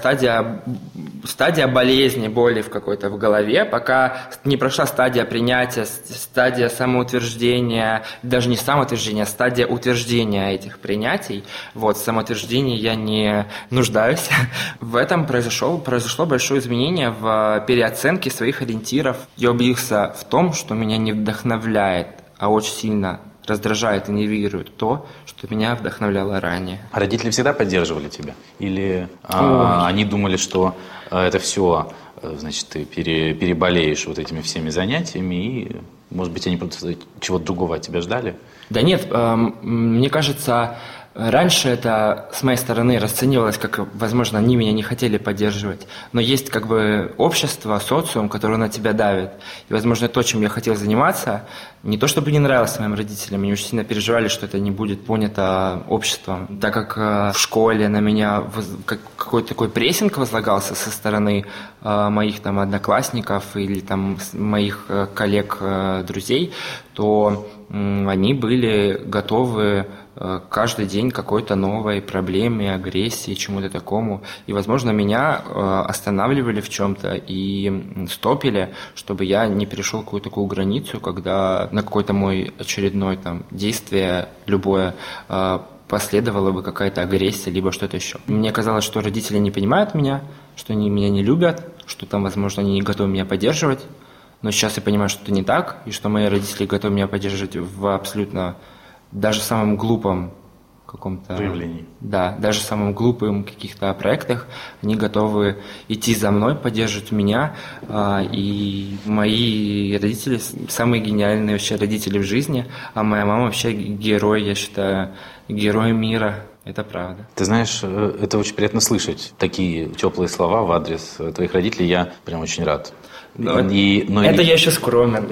стадия болезни, боли в какой-то в голове, пока не прошла стадия принятия, стадия самоутверждения, даже не самоутверждения, а стадия утверждения этих принятий. В самоутверждении я не нуждаюсь. В этом произошло большое изменение в переоценке своих ориентиров. Я убедился в том, что меня не вдохновляет, а очень сильно раздражает и нервирует то, что меня вдохновляло ранее. А родители всегда поддерживали тебя? Или они думали, что это все, значит, ты переболеешь этими всеми занятиями, и, может быть, они просто чего-то другого от тебя ждали? Да нет, мне кажется, Раньше это с моей стороны расценивалось, как, возможно, они меня не хотели поддерживать. Но есть как бы общество, социум, которое на тебя давит. И, возможно, то, чем я хотел заниматься, не то чтобы не нравилось моим родителям, они очень сильно переживали, что это не будет понято обществом. Так как в школе на меня какой-то такой прессинг возлагался со стороны моих там одноклассников или там моих коллег, друзей, то они были готовы каждый день какой-то новой проблеме, агрессии, чему-то такому. И, возможно, меня останавливали в чем-то и стопили, чтобы я не перешел какую-то такую границу, когда на какое-то мой очередное там действие, любое, последовала бы какая-то агрессия, либо что-то еще. Мне казалось, что родители не понимают меня, что они меня не любят, что там, возможно, они не готовы меня поддерживать. Но сейчас я понимаю, что это не так, и что мои родители готовы меня поддерживать в абсолютно даже самом глупом каком-то проявлении. Да, даже самым глупым каких-то проектах они готовы идти за мной, поддерживать меня. И мои родители самые гениальные вообще родители в жизни, а моя мама вообще герой, я считаю, герой мира. Это правда. Ты знаешь, это очень приятно слышать. Такие теплые слова в адрес твоих родителей. Я прям очень рад. Я еще скромен.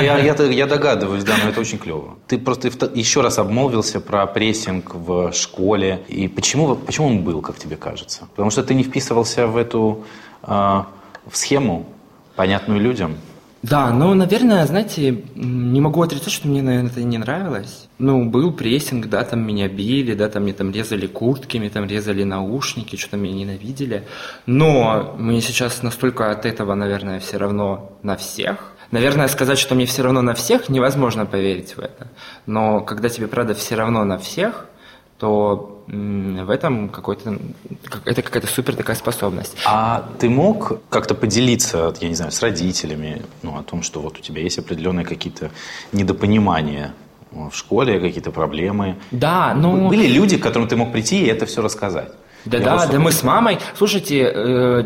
Я догадываюсь, да, но это очень клево. Ты просто еще раз обмолвился про прессинг в школе. И почему он был, как тебе кажется? Потому что ты не вписывался в эту в схему, понятную людям. Да, наверное, знаете, не могу отрицать, что мне, наверное, это не нравилось. Был прессинг, да, там меня били, да, там мне там резали куртки, мне там резали наушники, что-то меня ненавидели. Но мне сейчас настолько от этого, наверное, все равно на всех. Наверное, сказать, что мне все равно на всех, невозможно поверить в это. Но когда тебе, правда, все равно на всех, то в этом это какая-то супер такая способность. А ты мог как-то поделиться, я не знаю, с родителями, о том, что вот у тебя есть определенные какие-то недопонимания в школе, какие-то проблемы? Да, Были люди, к которым ты мог прийти и это все рассказать? Да, мы с мамой. Слушайте,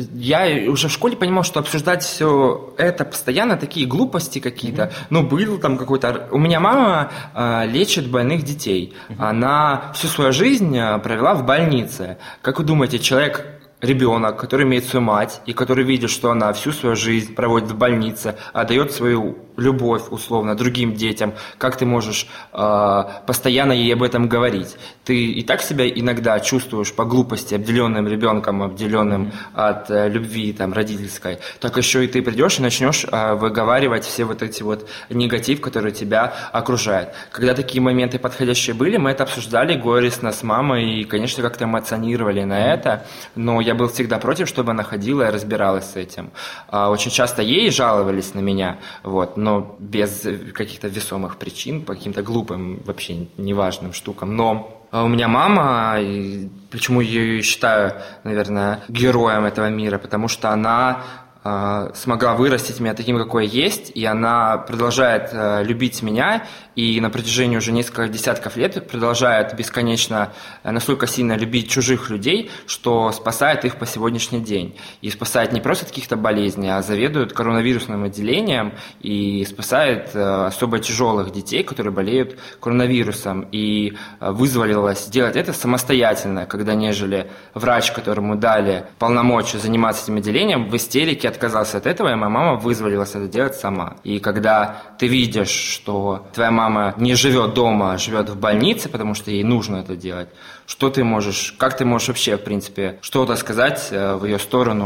я уже в школе понимал, что обсуждать все это постоянно, такие глупости какие-то. Был там какой-то... У меня мама лечит больных детей. Она всю свою жизнь провела в больнице. Как вы думаете, ребенок, который имеет свою мать и который видит, что она всю свою жизнь проводит в больнице, отдает свою любовь, условно, другим детям, как ты можешь постоянно ей об этом говорить? Ты и так себя иногда чувствуешь по глупости обделенным ребенком, обделенным от любви там, родительской, так еще и ты придешь и начнешь выговаривать все вот эти вот негатив, который тебя окружает. Когда такие моменты подходящие были, мы это обсуждали горестно с мамой и, конечно, как-то эмоционировали на это, но я был всегда против, чтобы она ходила и разбиралась с этим. Очень часто ей жаловались на меня, но без каких-то весомых причин, по каким-то глупым, вообще неважным штукам. Но у меня мама, и почему я ее считаю, наверное, героем этого мира, потому что она смогла вырастить меня таким, какой я есть, и она продолжает любить меня, и на протяжении уже нескольких десятков лет продолжает бесконечно настолько сильно любить чужих людей, что спасает их по сегодняшний день. И спасает не просто от каких-то болезней, а заведует коронавирусным отделением и спасает особо тяжелых детей, которые болеют коронавирусом. И вызволилась сделать это самостоятельно, когда нежели врач, которому дали полномочия заниматься этим отделением, в истерике отказался от этого, и моя мама вызволилась это делать сама. И когда ты видишь, что твоя мама не живет дома, а живет в больнице, потому что ей нужно это делать, как ты можешь вообще, в принципе, что-то сказать в ее сторону,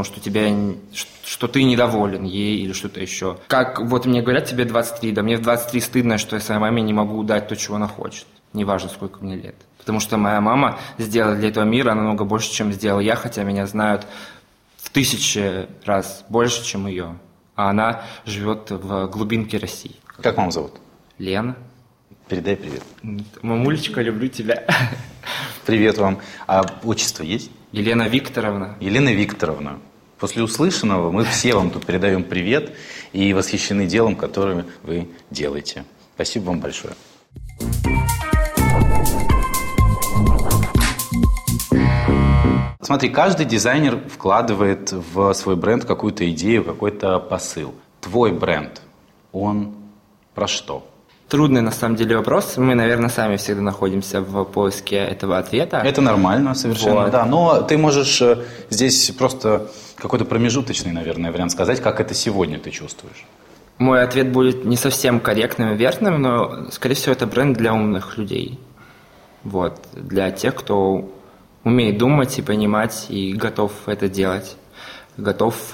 что ты недоволен ей или что-то еще? Как мне говорят, тебе 23, да мне в 23 стыдно, что я своей маме не могу дать то, чего она хочет. Неважно, сколько мне лет. Потому что моя мама сделала для этого мира намного больше, чем сделал я, хотя меня знают в 1000 раз больше, чем ее. А она живет в глубинке России. Как маму зовут? Лена. Передай привет. Мамулечка, люблю тебя. Привет вам. А отчество есть? Елена Викторовна. Елена Викторовна. После услышанного мы все вам тут передаем привет и восхищены делом, которое вы делаете. Спасибо вам большое. Смотри, каждый дизайнер вкладывает в свой бренд какую-то идею, какой-то посыл. Твой бренд, он про что? Трудный, на самом деле, вопрос. Мы, наверное, сами всегда находимся в поиске этого ответа. Это нормально совершенно, вот. Да. Но ты можешь здесь просто какой-то промежуточный, наверное, вариант сказать, как это сегодня ты чувствуешь. Мой ответ будет не совсем корректным и верным, но, скорее всего, это бренд для умных людей. Вот. Для тех, кто умеет думать и понимать, и готов это делать. Готов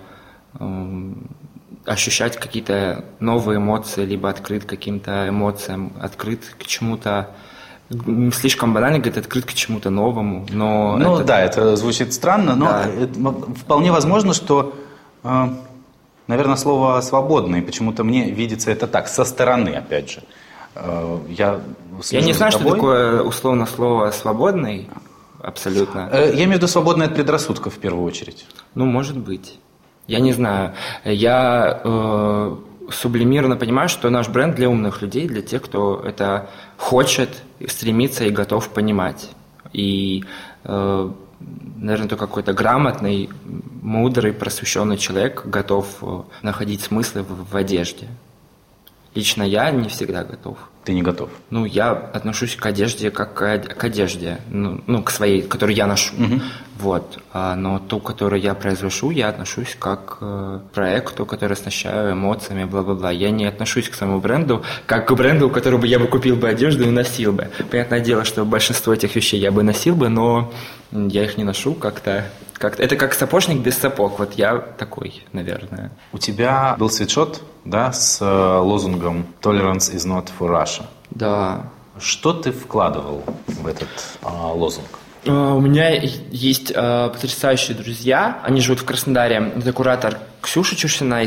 ощущать какие-то новые эмоции, либо открыт к каким-то эмоциям, открыт к чему-то, слишком банально говорит, открыт к чему-то новому. Но ну да, это звучит странно, но да. Вполне возможно, что, наверное, слово «свободный», почему-то мне видится это так, со стороны, опять же. Я не знаю, что такое условно слово «свободный», абсолютно. Я имею в виду свободный от предрассудков в первую очередь. Ну, может быть. Я не знаю. Я сублимированно понимаю, что наш бренд для умных людей, для тех, кто это хочет, стремится и готов понимать. И, наверное, только какой-то грамотный, мудрый, просвещенный человек готов находить смыслы в одежде. Лично я не всегда готов. Ты не готов? Ну, я отношусь к одежде как к одежде, ну, к своей, которую я ношу. Угу. Вот. Но ту, которую я произвожу, я отношусь как к проекту, который оснащаю эмоциями, бла-бла-бла. Я не отношусь к своему бренду как к бренду, у которого я бы купил бы одежду и носил бы. Понятное дело, что большинство этих вещей я бы носил бы, но я их не ношу как-то. Это как сапожник без сапог. Вот я такой, наверное. У тебя был свитшот, да, с лозунгом «Tolerance is not for Russia». Да. Что ты вкладывал в этот лозунг? У меня есть потрясающие друзья. Они живут в Краснодаре. Это куратор Ксюша Чурсина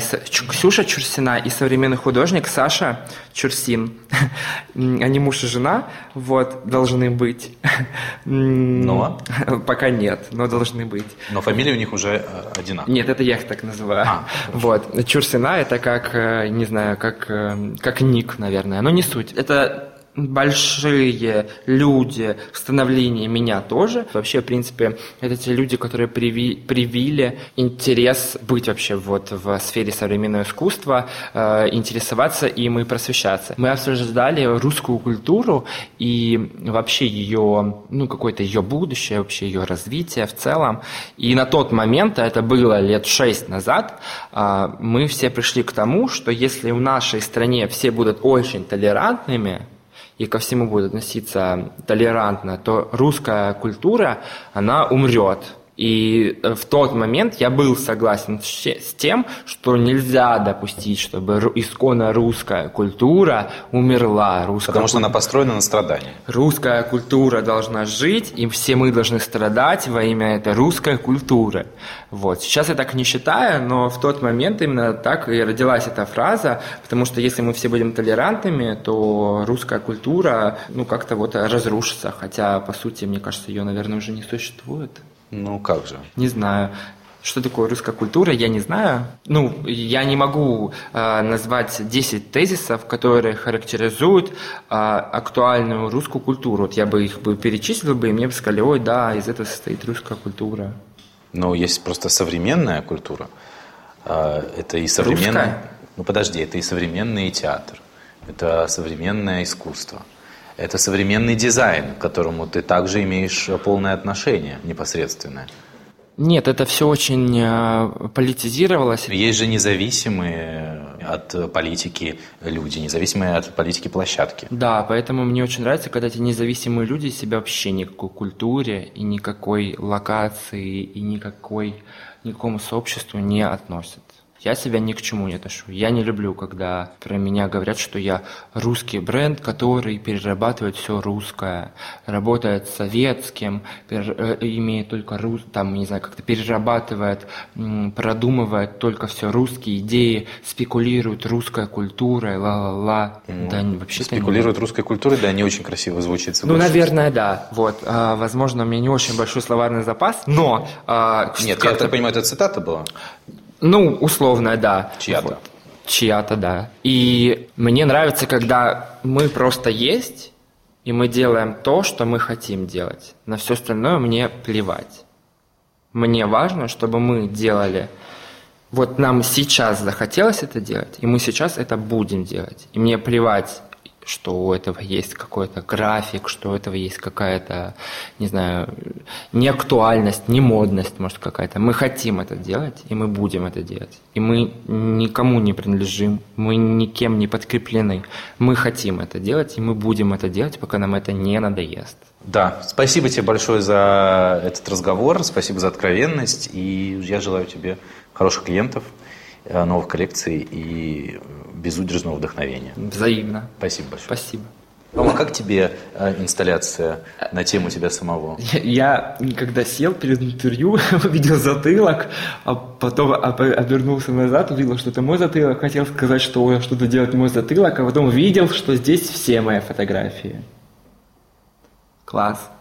и современный художник Саша Чурсин. Они муж и жена, вот, должны быть. Но? Пока нет, но должны быть. Но фамилия у них уже одинаковая. Нет, это я их так называю. Вот. Чурсина это как, не знаю, как ник, наверное. Но не суть. Это большие люди в становлении меня тоже. Вообще, в принципе, это те люди, которые привили интерес быть вообще вот в сфере современного искусства, интересоваться им и просвещаться. Мы обсуждали русскую культуру и вообще ее, ну, какое-то ее будущее, вообще ее развитие в целом. И на тот момент, а это было лет 6 назад, мы все пришли к тому, что если в нашей стране все будут очень толерантными, и ко всему будет относиться толерантно, то русская культура, она умрет. И в тот момент я был согласен с тем, что нельзя допустить, чтобы исконно русская культура умерла. Потому что она построена на страдании. Русская культура должна жить, и все мы должны страдать во имя этой русской культуры. Вот. Сейчас я так не считаю, но в тот момент именно так и родилась эта фраза, потому что если мы все будем толерантными, то русская культура, ну, как-то вот разрушится. Хотя, по сути, мне кажется, ее, наверное, уже не существует. Ну, как же? Не знаю. Что такое русская культура, я не знаю. Ну, я не могу назвать 10 тезисов, которые характеризуют актуальную русскую культуру. Вот я бы их перечислил, и мне бы сказали, ой, да, из этого состоит русская культура. Но есть просто современная культура. Это и современная... Русская? Ну, подожди, это и современный театр. Это современное искусство. Это современный дизайн, к которому ты также имеешь полное отношение непосредственное. Нет, это все очень политизировалось. Есть же независимые от политики люди, независимые от политики площадки. Да, поэтому мне очень нравится, когда эти независимые люди себя вообще никакой культуре и никакой локации и никакому сообществу не относят. Я себя ни к чему не отношу. Я не люблю, когда про меня говорят, что я русский бренд, который перерабатывает все русское, работает советским, имеет только там, не знаю, как-то перерабатывает, продумывает только все русские идеи, спекулирует русской культурой, ла-ла-ла. Да, вообще-то спекулирует русской культурой, да, не очень красиво звучит. Ну, наверное, да. Вот. Возможно, у меня не очень большой словарный запас, но... Нет, я так понимаю, это цитата была? Ну, условно, да. Чья-то. Вот. Чья-то, да. И мне нравится, когда мы просто есть, и мы делаем то, что мы хотим делать. На все остальное мне плевать. Мне важно, чтобы мы делали... Вот нам сейчас захотелось это делать, и мы сейчас это будем делать. И мне плевать, что у этого есть какой-то график, что у этого есть какая-то, не знаю, не актуальность, не модность, может, какая-то. Мы хотим это делать, и мы будем это делать. И мы никому не принадлежим, мы никем не подкреплены. Мы хотим это делать, и мы будем это делать, пока нам это не надоест. Да, спасибо тебе большое за этот разговор, спасибо за откровенность, и я желаю тебе хороших клиентов, новых коллекций и безудержного вдохновения. Взаимно. Спасибо большое. Спасибо. Рома, как тебе инсталляция на тему тебя самого? Я когда сел перед интервью, увидел затылок, а потом обернулся назад, увидел, что это мой затылок, хотел сказать, что что-то делать мой затылок, а потом увидел, что здесь все мои фотографии. Класс.